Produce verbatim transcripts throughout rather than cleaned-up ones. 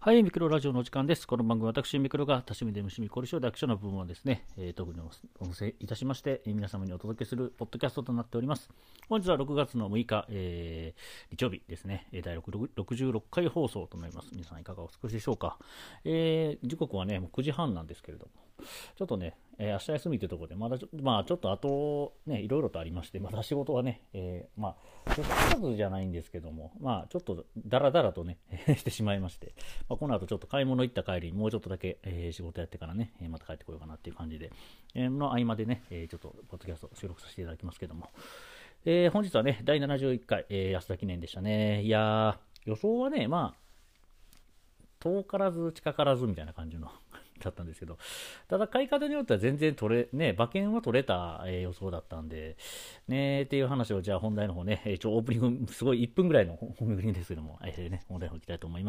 はい、ミクロラジオのお時間です。この番組は私、ミクロが多趣味で無趣味、凝り性でアクションの部分をですね、えー、特にお載せいたしまして、えー皆様にお届けするポッドキャストとなっております。本日はろくがつのむいか、えー日曜日ですね、えー第ろくじゅうろっかい放送となります。皆さんいかがお過ごしでしょうか。えー時刻はね、もうくじはんなんですけれども、ちょっとね、えー明日休みというところで、まだちょ,、まあ、ちょっとあと、ね、いろいろとありまして、まだ仕事はね、えーまあ、ちょっと数じゃないんですけども、まあ、ちょっとだらだらとね、してしまいまして、まあ、この後ちょっと買い物行った帰りにもうちょっとだけ、えー仕事やってからね、えーまた帰ってこようかなっていう感じで、えーの合間でね、えーちょっとポッドキャスト収録させていただきますけども、えー本日はね、だいななじゅういっかい、えー安田記念でしたね。いやー、予想はね、まあ、遠からず近からずみたいな感じのだったんですけど、ただ買い方によっては全然取れ、ね、馬券は取れた、えー予想だったんで、ね、っていう話をじゃあ本題の方ね、えーちょオープニング、すごいいっぷんぐらいの本編ですけども、えーね、本題の方行きたいと思います。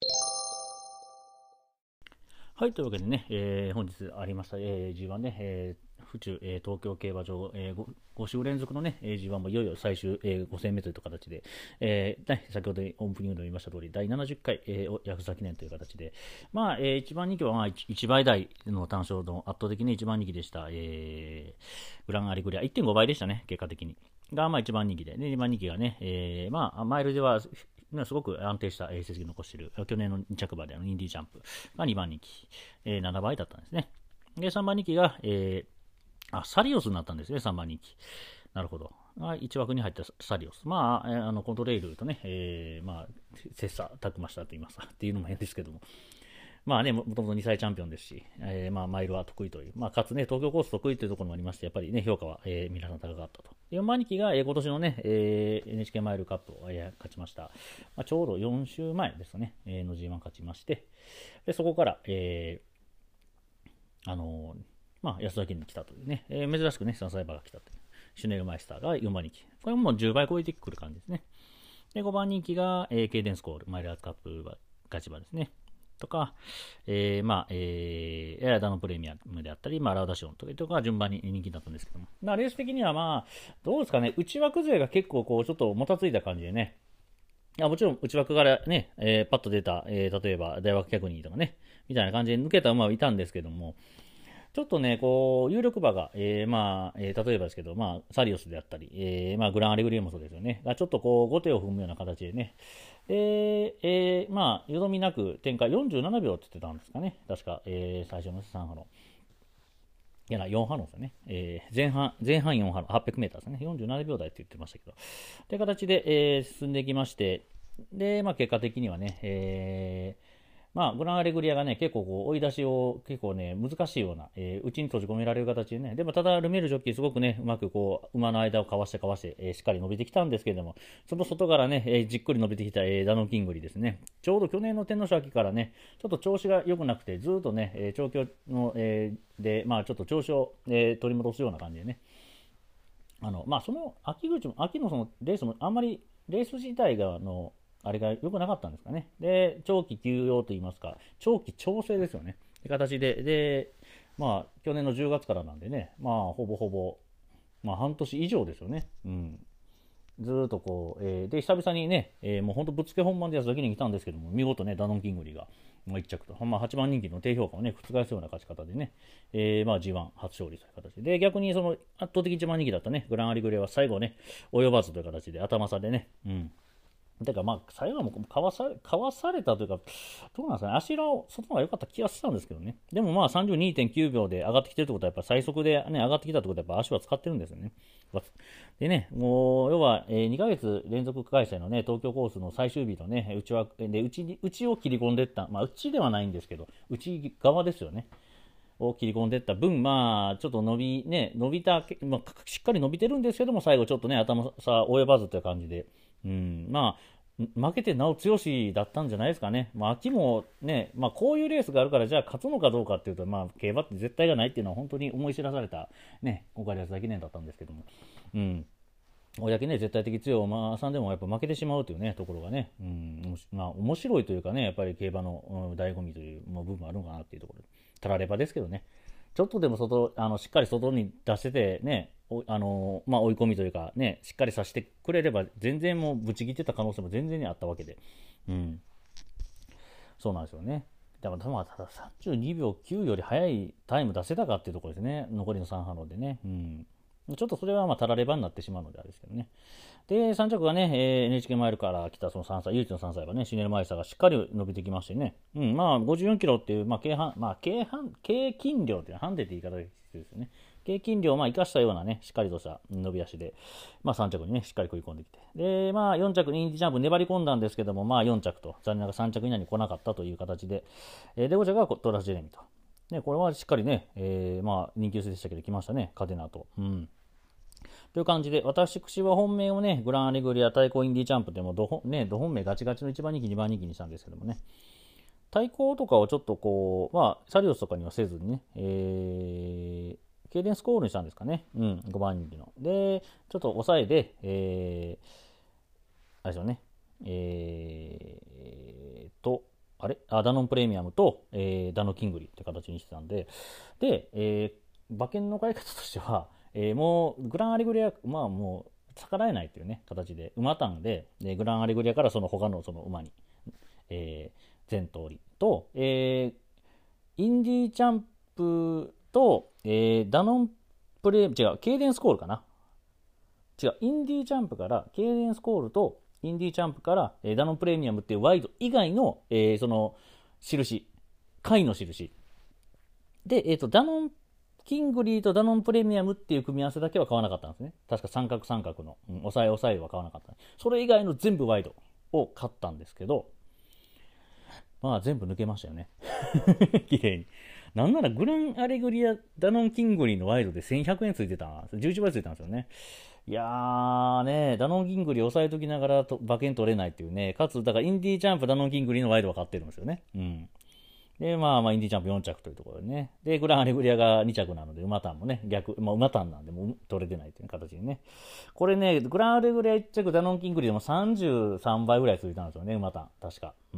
はい、というわけでね、えー本日ありました、えー、ジーワン ね、えー府中、えー東京競馬場、えー、ご, ご週連続のね、えー ジーワン もいよいよ最終、えーご戦目という形で、えーね、先ほどオープニングでも言いました通り、だいななじゅっかい、えー、安田記念という形で、まあ、えー、一番人気は、まあ、いちばい台の単勝の圧倒的に一番人気でした、えー、グランアリグリア、いってんごばいでしたね、結果的に。が、まあ、一番人気で、で、二番人気がね、えー、まあ、マイルでは、すごく安定した成績を残している、去年のに着馬でのインディージャンプがにばん人気、えー、ななばいだったんですね。で、さんばん人気が、えーあ、サリオスになったんですね、さんばん人気。なるほど。いち枠に入ったサリオス。まあ、あのコントレイルとね、えー、まあ、切磋琢磨したと言いますか、っていうのも変ですけども。まあね、もともとにさいチャンピオンですし、えー、まあ、マイルは得意という。まあ、かつね、東京コース得意というところもありまして、やっぱりね、評価は、えー、皆さん高かったと。よんばん人気が、えー、今年のね、えー、エヌエイチケー マイルカップを、えー、勝ちました。まあ、ちょうどよん週前ですね、えー、の ジーワン 勝ちまして、でそこから、えー、あのーまあ、安田記に来たというね、えー、珍しくね、サンサイバーが来たという。シュネルマイスターがよんばん人気。これももうじゅうばい超えてくる感じですね。で、ごばん人気が、えー、ケイデンスコール、マイルアーツカップガチ馬ですね。とか、えー、まあ、えー、エラダのプレミアムであったり、まあ、ラウダシオンとかいうところが順番に人気だったんですけども、まあ、レース的にはまあ、どうですかね、内枠勢が結構こう、ちょっともたついた感じでね、いやもちろん内枠からね、えー、パッと出た、えー、例えば大枠客人とかね、みたいな感じで抜けた馬はいたんですけども、ちょっとね、こう、有力馬が、えー、まあ、えー、例えばですけど、まあ、サリオスであったり、えー、まあ、グランアレグリアもそうですよね。が、ちょっとこう、後手を踏むような形でね、で、えー、まあ、よどみなく展開、よんじゅうななびょうって言ってたんですかね。確か、えー、最初のさん波の。いやな、よん波のですよね。えー、前半、前半よん波の、はっぴゃくメーターですね。よんじゅうななびょう台って言ってましたけど。という形で、えー、進んでいきまして、で、まあ、結果的にはね、えー、まあ、グランアレグリアがね、結構こう追い出しを結構ね、難しいような、えー、内に閉じ込められる形でね、でもただ、ルメールジョッキー、すごくね、うまくこう、馬の間をかわしてかわして、えーしっかり伸びてきたんですけれども、その外からね、えーじっくり伸びてきた、えーダノンキングリですね、ちょうど去年の天皇賞秋からね、ちょっと調子が良くなくて、ずっとね、えー調教の、えーで、まあ、ちょっと調子を、えー取り戻すような感じでね、あの、まあ、その秋口も、秋のそのレースも、あんまりレース自体が、あの、あれが良くなかったんですかね。で、長期休養といいますか、長期調整ですよね。って形で、で、まあ、去年のじゅうがつからなんでね、まあ、ほぼほぼ、まあ、半年以上ですよね。うん。ずーっとこう、えーで、久々にね、えーもう本当ぶっつけ本番でやつだけに来たんですけども、見事ね、ダノンキングリが、まあ、いっ着と、まあ、はちばん人気の低評価をね、覆すような勝ち方でね、えーまあ、ジーワン 初勝利という形で、で、逆にその圧倒的いちばん人気だったね、グランアリグレは最後ね、及ばずという形で、頭差でね、うん。てかまあ最後はもうかわされかわされたというか、どうなんですかね、足の外の方が良かった気がしたんですけどね、でもまあさんじゅうにてんきゅうびょうで上がってきてるってことは、やっぱ最速で、ね、上がってきたってことは、やっぱ足は使ってるんですよね。でね、もう要は、えー、にかげつ連続開催のね、東京コースの最終日のね、内はで内に内を切り込んでいった、まあ、内ではないんですけど、内側ですよね。を切り込んでいった分、まあ、ちょっと伸び、ね、伸びた、まあ、しっかり伸びてるんですけども、最後ちょっとね、頭さ、及ばずという感じで、うん、まあ、負けてなお強しだったんじゃないですかね。まあ、秋もね、まあ、こういうレースがあるから、じゃあ勝つのかどうかっていうと、まあ、競馬って絶対がないっていうのは本当に思い知らされた、ね、今回の安田記念だったんですけども、うん。公ね、絶対的強い馬さんでもやっぱ負けてしまうというね、ところがね、うん、まあ、面白いというかね、やっぱり競馬の、うん、醍醐味という部分もあるのかなっていうところで、たらればですけどね、ちょっとでも外、あのしっかり外に出しててね、あのまあ、追い込みというかね、しっかりさせてくれれば、全然もうぶち切ってた可能性も全然にあったわけで、うん、 そうなんですよね。だからまあたださんじゅうにびょうきゅうより速いタイム出せたかっていうところですね、残りのさんハローでね。うん、ちょっとそれはまあたらればになってしまうのであれですけどね。で、さん着がね、えー エヌエイチケー マイルから来たそのさんさい、唯一のさんさいがね、シネルマイスターがしっかり伸びてきましてね、うん、まあごじゅうよんキロっていう、まあ軽半、まあ軽半、軽筋量っていうのはハンデって言い方ですよね。軽筋量をまあ生かしたようなね、しっかりとした伸び足で、まあさん着にね、しっかり食い込んできて。で、まあよん着にインディジャンプ粘り込んだんですけども、まあよん着と、残念ながらさん着以内に来なかったという形で、えー、でご着がトラス・ジェレミと。ね、これはしっかりね、えー、まあ人気薄でしたけど来ましたね、カデナと。うん。という感じで、私は本命をね、グランアレグリア対抗インディチャンプでもど本、ね、ど本命ガチガチのいちばん人気、にばん人気にしたんですけどもね、対抗とかをちょっとこう、まあ、サリオスとかにはせずにね、えー、ケイデンスコールにしたんですかね、うん、ごばん人気の。で、ちょっと抑えで、えー、あれですよね、えーと、あれあダノンプレミアムと、えー、ダノキングリって形にしてたんで、で、えー、馬券の買い方としては、えー、もうグランアレグリア、まあもう逆らえないというね形で馬単で、でグランアレグリアからその他のその馬に、えー、全通りと、えー、インディチャンプと、えー、ダノンプレ違うケイデンスコールかな違うインディチャンプからケイデンスコールとインディチャンプから、えー、ダノンプレミアムっていうワイド以外の、えー、その印貝の印で、えー、とダノンキングリーとダノンプレミアムっていう組み合わせだけは買わなかったんですね。確か三角三角の、うん、抑え抑えは買わなかった。それ以外の全部ワイドを買ったんですけど、まあ全部抜けましたよね。綺麗に。なんならグランアレグリアダノンキングリーのワイドでせんひゃくえんついてた、じゅういちばいついたんですよね。いやーね、ダノンキングリー抑えときながらと馬券取れないっていうね、かつ、だからインディーチャンプダノンキングリーのワイドは買ってるんですよね。うん。で、まあ、まあ、インディチャンプよん着というところでね。で、グランアレグリアがに着なので、馬単もね、逆、まあ、馬単なんで、もう取れてないという形でね。これね、グランアレグリアいち着、ダノンキングリでもさんじゅうさんばいぐらいついたんですよね、馬単。確か。うん。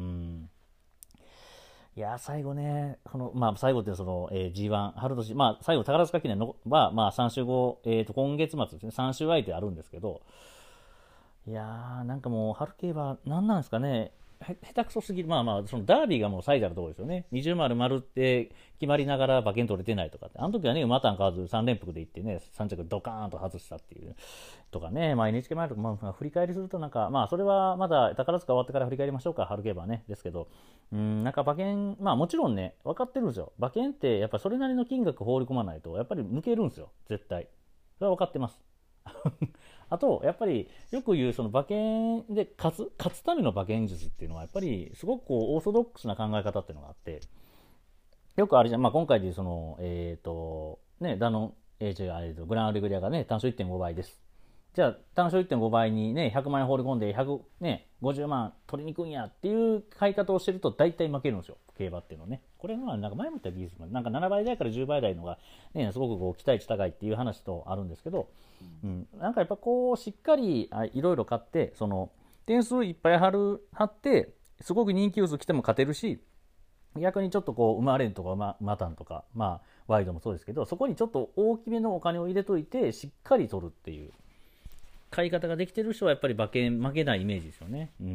いや、最後ね、この、まあ、最後ってその、えー、ジーワン、春年、まあ、最後、宝塚記念のは、まあ、さん週後、えっ、ー、と、今月末ですね、さん週相手あるんですけど、いやー、なんかもう、春競馬、なんなんですかね、下手くそすぎる、まあまあ、そのダービーがもう最たるところですよね。二重丸丸って決まりながら馬券取れてないとかって、あの時はね、馬単買わずさん連複で行ってね、さん着ドカーンと外したっていう。とかね、まあ、エヌエイチケー マイルとか、まあ、振り返りするとなんか、まあ、それはまだ宝塚終わってから振り返りましょうか、春競馬ね。ですけど、うん、なんか馬券、まあもちろんね、分かってるんですよ。馬券ってやっぱそれなりの金額放り込まないと、やっぱり抜けるんですよ、絶対。それは分かってます。あと、やっぱりよく言うその馬券で勝つ、勝つための馬券術っていうのはやっぱりすごくこうオーソドックスな考え方っていうのがあって、よくあれじゃん、まあ今回でいうその、えっ、ー、と、ね、ダノン、えー、違う、グランアレグリアがね、単勝いってんごばいです。じゃあ単勝いってんごばいにね、ひゃくまん円放り込んでひゃく、ね、ごじゅうまん取りにくいんやっていう買い方をしてると大体負けるんですよ、競馬っていうのね。これはなんか前も言った技術なんかななばい台からじゅうばい台のが、ね、すごくこう期待値高いっていう話とあるんですけど、うん、なんかやっぱこうしっかりいろいろ買ってその点数いっぱい貼る貼ってすごく人気薄来ても勝てるし、逆にちょっとこう馬連とか馬馬単とか、まあワイドもそうですけど、そこにちょっと大きめのお金を入れといてしっかり取るっていう買い方ができてる人はやっぱり馬券負けないイメージですよね。うん。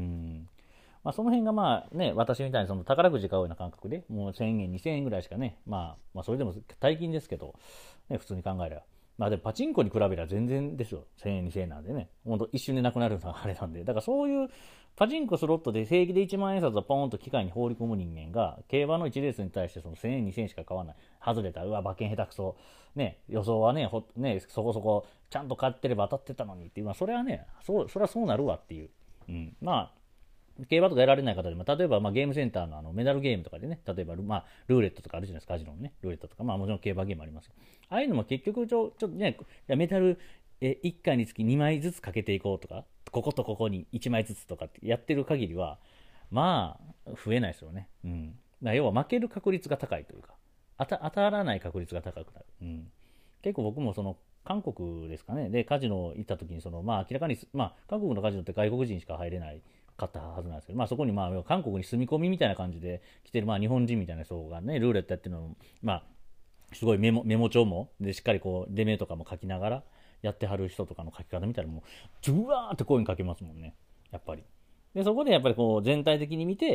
まあ、その辺がまあね、私みたいにその宝くじ買うような感覚で、もうせんえん、にせんえんぐらいしかね、まあ、まあそれでも大金ですけど、ね、普通に考えれば。まあでもパチンコに比べれば全然ですよ。せんえん、にせんえんなんでね。ほんと一瞬でなくなるのはあれなんで。だからそういうパチンコスロットで正規でいちまん円札をポーンと機械に放り込む人間が、競馬のいちレースに対してそのせんえん、にせんえんしか買わない。外れた。うわ、馬券下手くそ。ね、予想はね、ほね、そこそこちゃんと買ってれば当たってたのにっていう。まあそれはね、そう、それはそうなるわっていう。うん。まあ、競馬とかやられない方でも、例えばまあゲームセンターのあのメダルゲームとかでね、例えばまあルーレットとかあるじゃないですか、カジノのね、ルーレットとか、まあもちろん競馬ゲームあります。ああいうのも結局ちょ、ちょっとね、メダルえいっかいにつきにまいずつかけていこうとか、こことここにいちまいずつとかってやってる限りは、まあ増えないですよね。うん。だから要は負ける確率が高いというか、当た当たらない確率が高くなる。うん。結構僕もその韓国ですかね、でカジノ行った時にそのまあ明らかにまあ韓国のカジノって外国人しか入れない。かったはずなんですけど、まあ、そこにまあ韓国に住み込みみたいな感じで来てるまあ日本人みたいな人がねルーレットやってるのもまあすごいメモメモ帳もでしっかりこう出目とかも書きながらやってはる人とかの書き方見たらもうジュワーって声にかけますもんね、やっぱり。でそこでやっぱりこう全体的に見て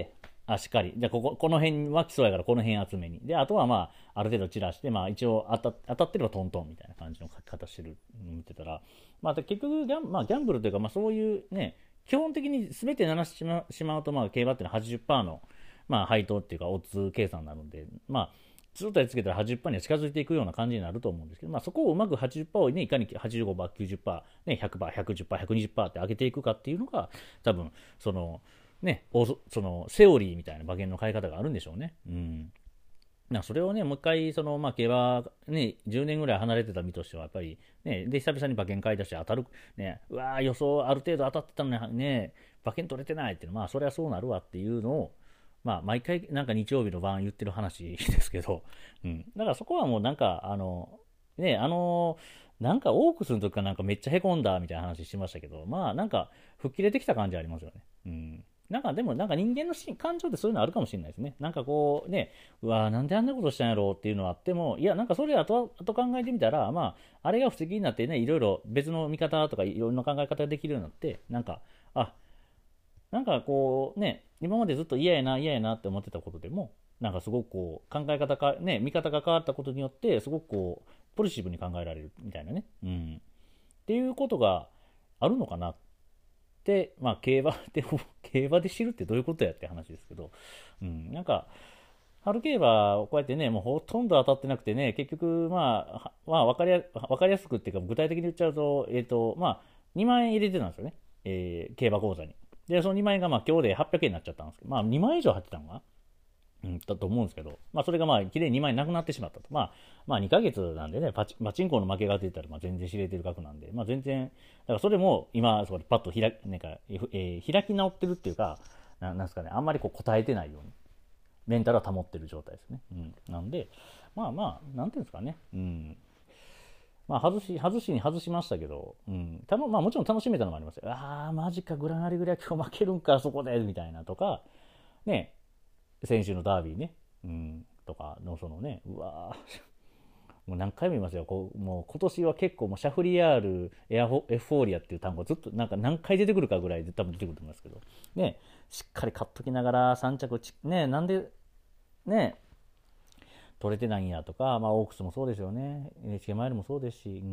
あ、しっかり。じゃあ、ここ、この辺は基礎やから、この辺集めに。で、あとはまあ、ある程度散らして、まあ、一応当た、当たってればトントンみたいな感じの書き方してるのを見てたら、まあ、結局ギャン、まあ、ギャンブルというか、まあ、そういうね、基本的に全て鳴らしてしましまうと、まあ、競馬っていうのははちじゅっパーセントの、まあ、配当っていうか、オッズ計算になるんで、まあ、ずっとやっつけたらはちじゅっパーセントには近づいていくような感じになると思うんですけど、まあ、そこをうまくはちじゅっパーセントをね、いかにはちじゅうごパーセント、きゅうじゅっパーセント、ね、ひゃくパーセント、ひゃくじゅっパーセント、ひゃくにじゅっパーセントって上げていくかっていうのが、多分、その、ね、そのセオリーみたいな馬券の買い方があるんでしょうね。うん。なそれをね、もう一回、その、まあ、競馬、ね、じゅうねんぐらい離れてた身としては、やっぱり、ね、で、久々に馬券買い出して当たる、ね、うわー、予想ある程度当たってたのに、ね、馬券取れてないっていうのは、まあ、それはそうなるわっていうのを、まあ、毎回、なんか日曜日の晩言ってる話ですけど、うん。だからそこはもうなんか、あの、ね、あの、なんかオークスの時かなんかめっちゃへこんだみたいな話しましたけど、まあ、なんか、吹っ切れてきた感じありますよね。うん。なんかでもなんか人間の感情ってそういうのあるかもしれないですね。なんかこうね、うわーなんであんなことしたんやろうっていうのはあっても、いやなんかそれ後々考えてみたら、まああれが不思議になってね、いろいろ別の見方とかいろんな考え方ができるようになって、なんか、あ、なんかこうね、今までずっと嫌やな嫌やなって思ってたことでも、なんかすごくこう考え方か、ね、見方が変わったことによって、すごくこう、ポジティブに考えられるみたいなね。うん。っていうことがあるのかなっで、まあ、競馬で、競馬で知るってどういうことやって話ですけど、うん、なんか、春競馬をこうやってね、もうほとんど当たってなくてね、結局、まあ、まあ、わかりや、わかりやすくっていうか、具体的に言っちゃうと、えっ、ー、と、まあ、にまん円入れてたんですよね。えー、競馬口座に。で、そのにまん円がまあ今日ではっぴゃくえんになっちゃったんですけど、まあにまん円以上入ってたのかな、うん、だと思うんですけど、まあ、それがまあ、きれいににまん円なくなってしまったと。まあ、まあ、にかげつなんでね、パチパチンコの負けが出たら、まあ、全然知れてる額なんで、まあ、全然、だからそれも今、そこでパッと開なんか、えー、開き直ってるっていうか、ななんですかね、あんまりこう答えてないように、メンタルは保ってる状態ですね。うん。なんで、まあまあ、なんていうんですかね、うん。まあ、外し、外しに外しましたけど、うん。たのまあ、もちろん楽しめたのもありますよ。ああ、マジか、グランアレグリア今日負けるんか、そこで、みたいなとか、ね、先週のダービーね、うん、とかのそのね、うわもう何回も言いますよ、こうもう今年は結構もうシャフリヤール、エアフォエフフォーリアっていう単語ずっとなんか何回出てくるかぐらいで多分出てくると思いますけど、ね、しっかり買っときながらさん着ち、ね、なんで、ね、取れてないんやとか、まあ、オークスもそうですよね、エヌエイチケー マイルもそうですし、うん、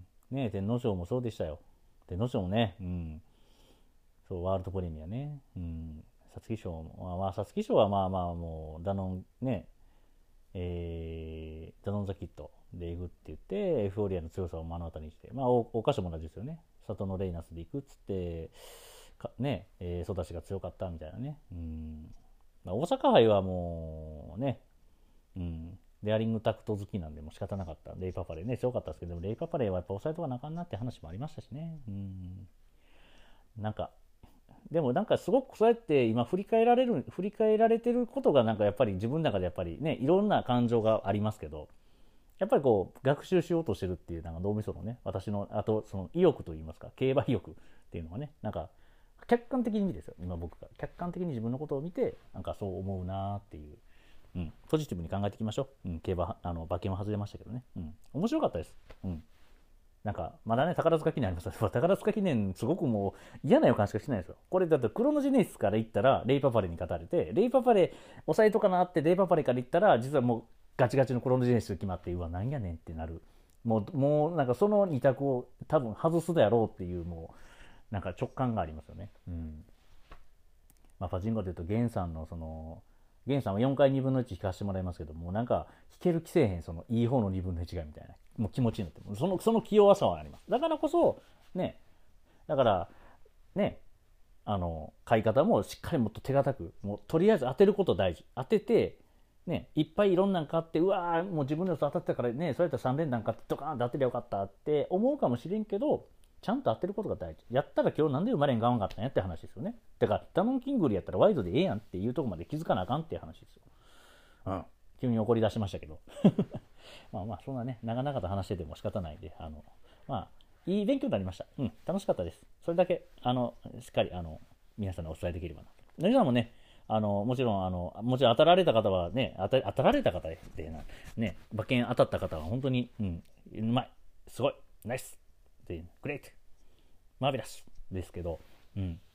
ね、天皇賞もそうでしたよ。天皇賞もね、うん、そう、ワールドプレミアね、うん、皐月賞も、まあ、皐月賞はまあまあもう、ダノンね、えー、ダノンザキットで行くって言って、エフフォーリアの強さを目の当たりにして、まあ、桜花賞も同じですよね。サトノレイナスで行くっつって、かね、えー、育ちが強かったみたいなね。うん。まあ、大阪杯はもうね、うん、デアリングタクト好きなんでもう仕方なかった。レイパパレーね、強かったですけど、でもレイパパレーはやっぱ抑えとかなあかんなって話もありましたしね。うん。なんか、でもなんかすごくそうやって今振り返られる振り返られてることがなんかやっぱり自分の中でやっぱりねいろんな感情がありますけど、やっぱりこう学習しようとしてるっていうなんか脳みそのね、私のあとその意欲といいますか、競馬意欲っていうのがね、なんか客観的に見ですよ、今僕が客観的に自分のことを見てなんかそう思うなっていう、うん、ポジティブに考えていきましょう。うん、競馬あの馬券は外れましたけどね、うん、面白かったです。うん、なんか、まだね、宝塚記念あります。宝塚記念、すごくもう嫌な予感しかしないですよ。これ、だってクロノジェネシスから行ったら、レイパパレに勝たれて、レイパパレ、抑えとかなって、レイパパレから行ったら、実はもうガチガチのクロノジェネシス決まって、うわ、なんやねんってなる。もう、もう、なんかそのに択を多分外すだろうっていう、もう、なんか直感がありますよね。うん。まあ、パチンコで言うと、ゲンさんのその、ゲンさんはよんかいにぶんのいち引かしてもらいますけども、なんか、引ける気せえへん、その、いい方のにぶんのいちがみたいな、もう気持ちになって、その、その器用さはあります。だからこそ、ね、だから、ね、あの、買い方もしっかりもっと手堅く、もうとりあえず当てること大事。当てて、ね、いっぱいいろんなん買って、うわー、もう自分の予想当たってたからね、それやったらさん連弾買ってドカーンと当てりゃよかったって思うかもしれんけど、ちゃんと当てることが大事。やったら今日なんで生まれんがわんかったんやって話ですよね。だから、ダノンキングリやったらワイドでええやんっていうところまで気づかなあかんっていう話ですよ。うん。急に怒り出しましたけど。まあまあ、そんなね、長々と話してても仕方ないんで、あの、まあ、いい勉強になりました。うん、楽しかったです。それだけ、あの、しっかり、あの、皆さんにお伝えできればなと。皆さんもね、あの、もちろん、あの、もちろん当たられた方はね、当た当たられた方で、ね、馬券当たった方は本当に、うん、うまい、すごい、ナイス、グレート、マーベラスですけど、うん、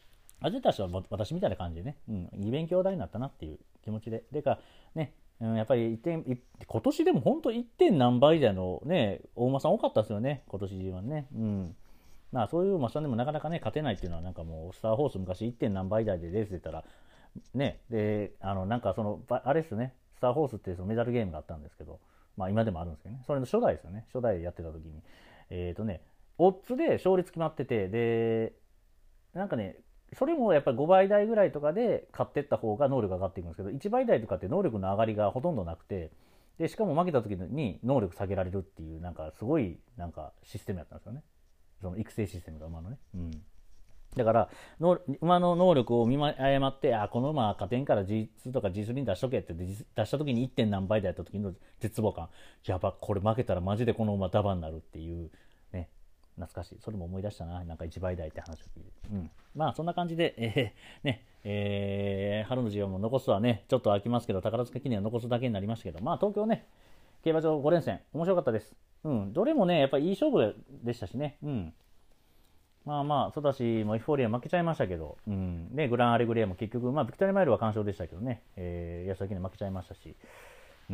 預けた人は私みたいな感じでね、うん、いい勉強代になったなっていう気持ちで、でかね、うん、やっぱりいってん今年でも本当いってん何倍台のね大馬さん多かったですよね、今年はね。うん、まあそういう馬さんでもなかなかね勝てないっていうのは、なんかもうスターホース昔 いってん 何倍台でレース出たらね、であのなんかそのあれですよね、スターホースっていうそのメダルゲームがあったんですけど、まあ今でもあるんですけどね、それの初代ですよね、初代やってた時にえっ、ー、とねオッズで勝率決まってて、でなんかねそれもやっぱりごばい台ぐらいとかで買っていった方が能力が上がっていくんですけど、いちばい台とかって能力の上がりがほとんどなくて、でしかも負けた時に能力下げられるっていう、なんかすごいなんかシステムやったんですよね、その育成システムが馬のね。うん、だから馬の能力を見誤って、あこの馬は勝てんから ジーツー とか ジースリー に出しとけって出した時に いってん 何倍台やった時の絶望感、やばこれ負けたらマジでこの馬ダバになるっていうね、懐かしい。それも思い出したな、なんかいちばい台って話を聞いて、うん、まあそんな感じで、えー、ねえー、春の ジーワン も残すはねちょっと空きますけど、宝塚記念は残すだけになりましたけど、まあ東京ね競馬場ご連戦面白かったです。うん、どれもねやっぱりいい勝負でしたしね。うん、まあまあソダシもエフフォーリア負けちゃいましたけど、うん、でグランアレグリアも結局、まあビクトリーマイルは完勝でしたけどね、えー、安田記念負けちゃいましたし、うん、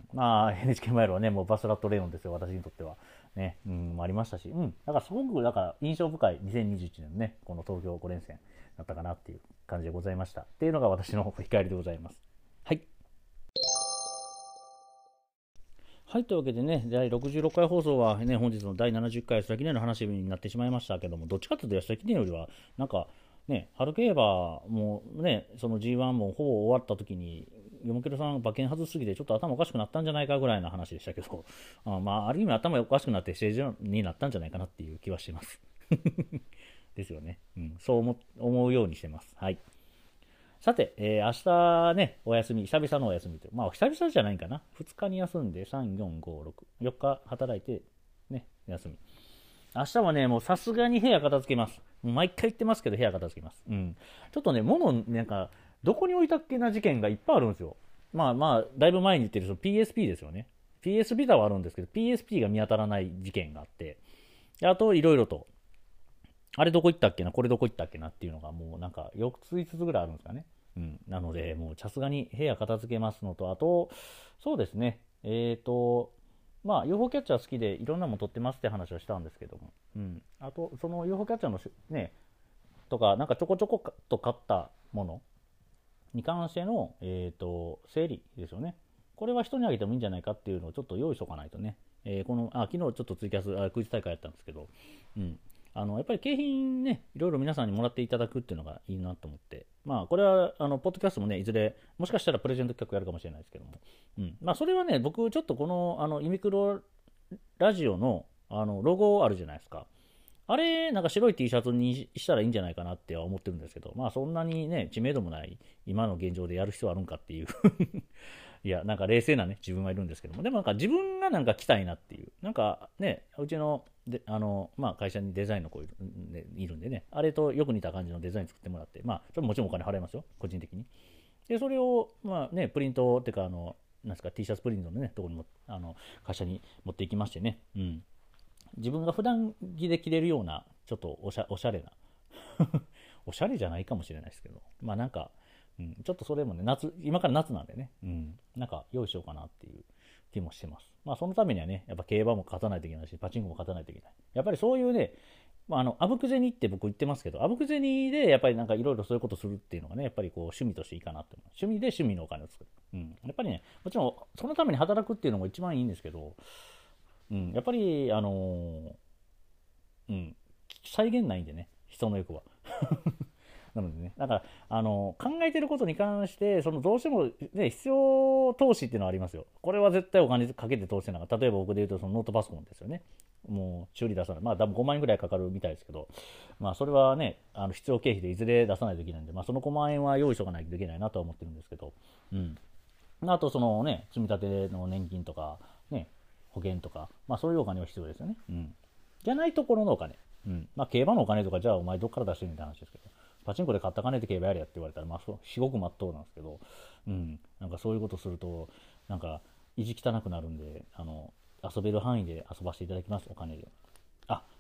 まあ エヌエイチケー マイルはねもうバスラットレオンですよ、私にとってはね、うん、もありましたし、うん、だからすごくだから印象深いにせんにじゅういちねんのねこの東京ご連戦だったかなっていう感じでございましたっていうのが私の振り返りでございます。はい。はい、というわけでね、だいろくじゅうろっかい放送はね、本日のだいななじゅっかい安田記念の話になってしまいましたけども、どっちかというと安田記念よりは、なんかね、春競馬もね、その ジーワン もほぼ終わった時に、ヨモケルさん馬券外しすぎてちょっと頭おかしくなったんじゃないかぐらいの話でしたけど、あまあ、ある意味頭おかしくなって政治になったんじゃないかなっていう気はしてます。ですよね。うん、そう思思うようにしてます。はい。さて、えー、明日ね、お休み、久々のお休みという、まあ、久々じゃないかな。ふつかに休んで、さん、よん、ご、ろく、よっか働いて、ね、休み。明日はね、もうさすがに部屋片付けます。もう毎回言ってますけど、部屋片付けます。うん。ちょっとね、物、なんか、どこに置いたっけな事件がいっぱいあるんですよ。まあまあ、だいぶ前に言ってるその ピーエスピー ですよね。ピーエス ビザはあるんですけど、ピーエスピー が見当たらない事件があって、あと、いろいろと、あれどこ行ったっけな、これどこ行ったっけなっていうのが、もうなんか、よっついつつぐらいあるんですかね。うん、なので、もうさすがに部屋片付けますのと、あと、そうですね、えっ、ー、と、まあ、ユーフォー キャッチャー好きでいろんなもの撮ってますって話をしたんですけども、うん、あと、その ユーフォー キャッチャーのね、とか、なんかちょこちょこと買ったものに関しての、えーと、整理ですよね。これは人にあげてもいいんじゃないかっていうのをちょっと用意しとかないとね。えー、このあ昨日ちょっとツイキャスあクイズ大会やったんですけど、うん、あのやっぱり景品ね、いろいろ皆さんにもらっていただくっていうのがいいなと思って、まあこれはあのポッドキャストもね、いずれもしかしたらプレゼント企画やるかもしれないですけども、うん、まあそれはね、僕ちょっとこのあのユニクロラジオのあのロゴあるじゃないですか。あれ、なんか白い T シャツにしたらいいんじゃないかなっては思ってるんですけど、まあそんなにね、知名度もない今の現状でやる必要あるんかっていういや、なんか冷静なね、自分はいるんですけども、でもなんか自分がなんか来たいなっていう、なんかね、うちのであの、まあ、会社にデザインの子いる,、ね、いるんでね、あれとよく似た感じのデザイン作ってもらって、まあ、それももちろんお金払いますよ、個人的に。で、それを、まあね、プリントっていうか、あの、なんですか、T シャツプリントのね、ところにも、あの、会社に持っていきましてね、うん。自分が普段着で着れるような、ちょっとおしゃおしゃれな、おしゃれじゃないかもしれないですけど、まあなんか、うん、ちょっとそれもね、夏、今から夏なんでね、うん、なんか用意しようかなっていう気もしてます。まあそのためにはね、やっぱ競馬も勝たないといけないし、パチンコも勝たないといけない。やっぱりそういうね、まあ、あの、あぶく銭って僕言ってますけど、あぶく銭でやっぱりなんかいろいろそういうことするっていうのがね、やっぱりこう趣味としていいかなって思う。趣味で趣味のお金を作る。うん。やっぱりね、もちろんそのために働くっていうのも一番いいんですけど、うん、やっぱり、あのーうん、再現ないんでね、人の欲は。なのでね、だから、あの、考えてることに関して、そのどうしても、ね、必要投資っていうのはありますよ。これは絶対お金かけて投資しながら、例えば僕で言うとそのノートパソコンですよね。もう修理出さない。まあ多分ごまん円ぐらいかかるみたいですけど、まあそれはね、あの必要経費でいずれ出さないといけないんで、まあそのごまん円は用意しとかないといけないなとは思ってるんですけど、うん。あとそのね、積み立ての年金とか、ね、保険とか、まあそういうお金は必要ですよね。うん。じゃないところのお金。うん。まあ競馬のお金とか、じゃあお前どっから出してるみたいな話ですけど、パチンコで買った金で競馬やれやって言われたら、まあ至極まっとうなんですけど、うん。なんかそういうことすると、なんか意地汚くなるんで、あの、遊べる範囲で遊ばせていただきます、お金で。あ、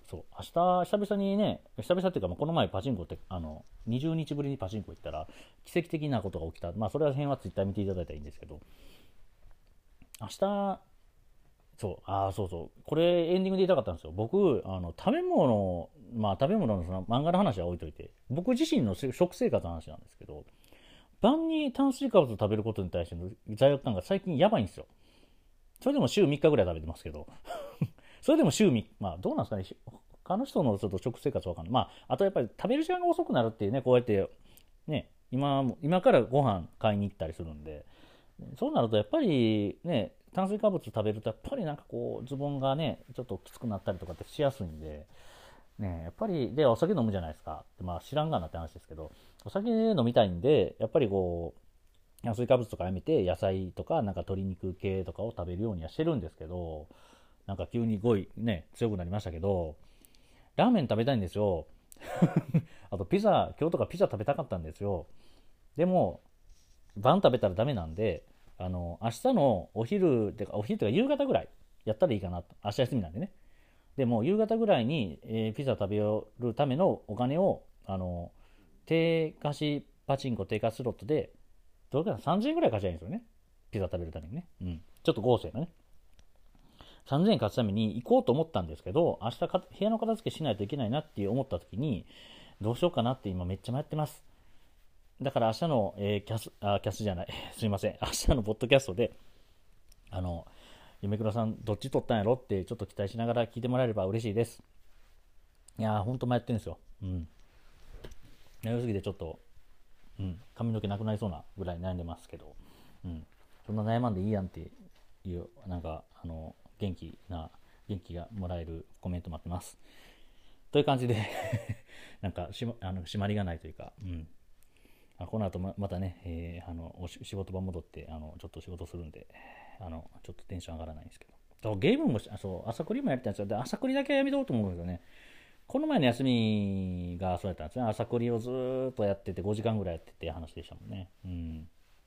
そう、明日久々にね、久々っていうか、この前パチンコって、あの、にじゅうにちぶりにパチンコ行ったら、奇跡的なことが起きた。まあ、それら辺はツイッター見ていただいたらいいんですけど、明日、そう、ああ、そうそう、これエンディングで言いたかったんですよ。僕、あの、食べ物、まあ、食べ物のその漫画の話は置いといて、僕自身の食生活の話なんですけど、晩に炭水化物を食べることに対しての罪悪感が最近やばいんですよ。それでも週みっかぐらい食べてますけど、それでも週みっか、まあどうなんですかね、他の人のちょっと食生活わかんない。まあ、あとやっぱり食べる時間が遅くなるっていうね、こうやって、ね、今も、今からご飯買いに行ったりするんで、そうなるとやっぱりね、炭水化物食べるとやっぱりなんかこう、ズボンがね、ちょっときつくなったりとかってしやすいんで、ね、やっぱり、で、お酒飲むじゃないですか。まあ知らんがなって話ですけど、お酒飲みたいんで、やっぱりこう、炭水化物とかやめて、野菜とか、なんか鶏肉系とかを食べるようにはしてるんですけど、なんか急に語彙ね、強くなりましたけど、ラーメン食べたいんですよ。あとピザ、今日とかピザ食べたかったんですよ。でも、晩食べたらダメなんで、あの、明日のお昼、てか、お昼とか夕方ぐらいやったらいいかなと。明日休みなんでね。でも、夕方ぐらいに、えーピザ食べるためのお金を、あの、低貸しパチンコ、低貸しスロットで、どれくらいさんじゅうえんぐらい貸しゃいいんですよね。ピザ食べるためにね。うん。ちょっと豪勢なね。さんぜんえん貸すために行こうと思ったんですけど、明日か部屋の片付けしないといけないなって思った時に、どうしようかなって今めっちゃ迷ってます。だから明日の、えーキャス、あ、キャスじゃない、すいません。明日のポッドキャストで、あの、夢倉さんどっち取ったんやろってちょっと期待しながら聞いてもらえれば嬉しいです。いやー、ほんと迷ってるんですよ。うん。悩みすぎてちょっと、うん、髪の毛なくなりそうなぐらい悩んでますけど、うん。そんな悩まんでいいやんっていう、なんか、あの、元気な、元気がもらえるコメント待ってます。という感じでなんかしま、あの締まりがないというか、うん。この後 ま, またね、えー、あの仕事場戻ってあのちょっと仕事するんで、あのちょっとテンション上がらないんですけど、ゲームもそう朝クリもやりたいんですよ。で朝クリだけはやめとこうと思うんですよね。この前の休みがそうやったんですね。朝クリをずーっとやっててごじかんぐらいやってて話でしたもんね。うん。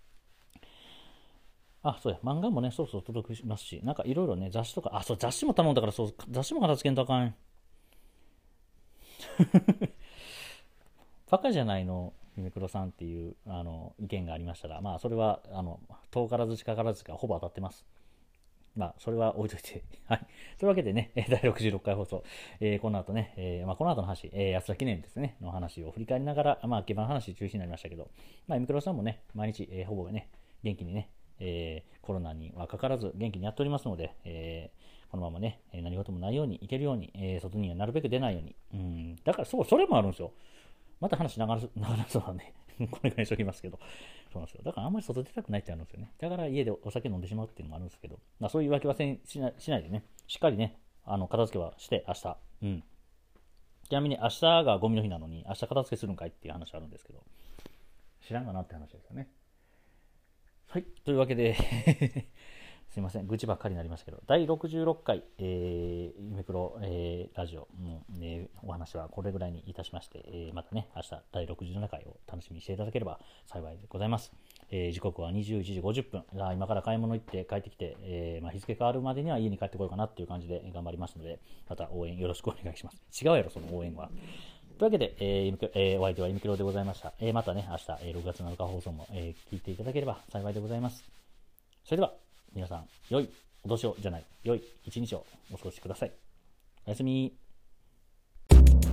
あ、そうや、漫画もね、そろそろ届きますし、なんかいろいろね、雑誌とか、あ、そう、雑誌も頼んだから、そう、雑誌も片付けんとあかん。バカじゃないの、ユニクロさんっていうあの意見がありましたら、まあ、それはあの遠からず近からずかほぼ当たってます。まあ、それは置いといて。はい。というわけでね、だいろくじゅうろっかい放送、えー、この後ね、えーまあ、この後の話、えー、安田記念ですね、の話を振り返りながら、まあ、競馬の話中心になりましたけど、まあ、ユニクロさんもね、毎日、えー、ほぼね、元気にね、えー、コロナにはかからず元気にやっておりますので、えー、このままね、何事もないようにいけるように、えー、外にはなるべく出ないように。うん、だからそう、それもあるんですよ。また話長らそうなんで、これぐらいにしときますけど、そうなんですよ。だからあんまり外出たくないってあるんですよね。だから家でお酒飲んでしまうっていうのもあるんですけど、まあ、そういう言い訳はせしなしないでね、しっかりね、あの片付けはして明日。うん。ちなみに明日がゴミの日なのに、明日片付けするんかいっていう話あるんですけど、知らんかなって話ですよね。はい、というわけですいません、愚痴ばっかりになりましたけど、だいろくじゅうろっかい、えー、夢黒、えー、ラジオの、えー、お話はこれぐらいにいたしまして、えー、またね、明日だいろくじゅうななかいを楽しみにしていただければ幸いでございます。えー、時刻はにじゅういちじごじゅっぷん、今から買い物行って帰ってきて、えーまあ、日付変わるまでには家に帰ってこようかなっていう感じで頑張りますので、また応援よろしくお願いします。違うやろ、その応援は。というわけで、えーえー、お相手はイミクロでございました。えー、またね、明日、えー、ろくがつなのか放送も、えー、聞いていただければ幸いでございます。それでは、皆さん、良いお年をじゃない、良い一日をお過ごしください。おやすみ。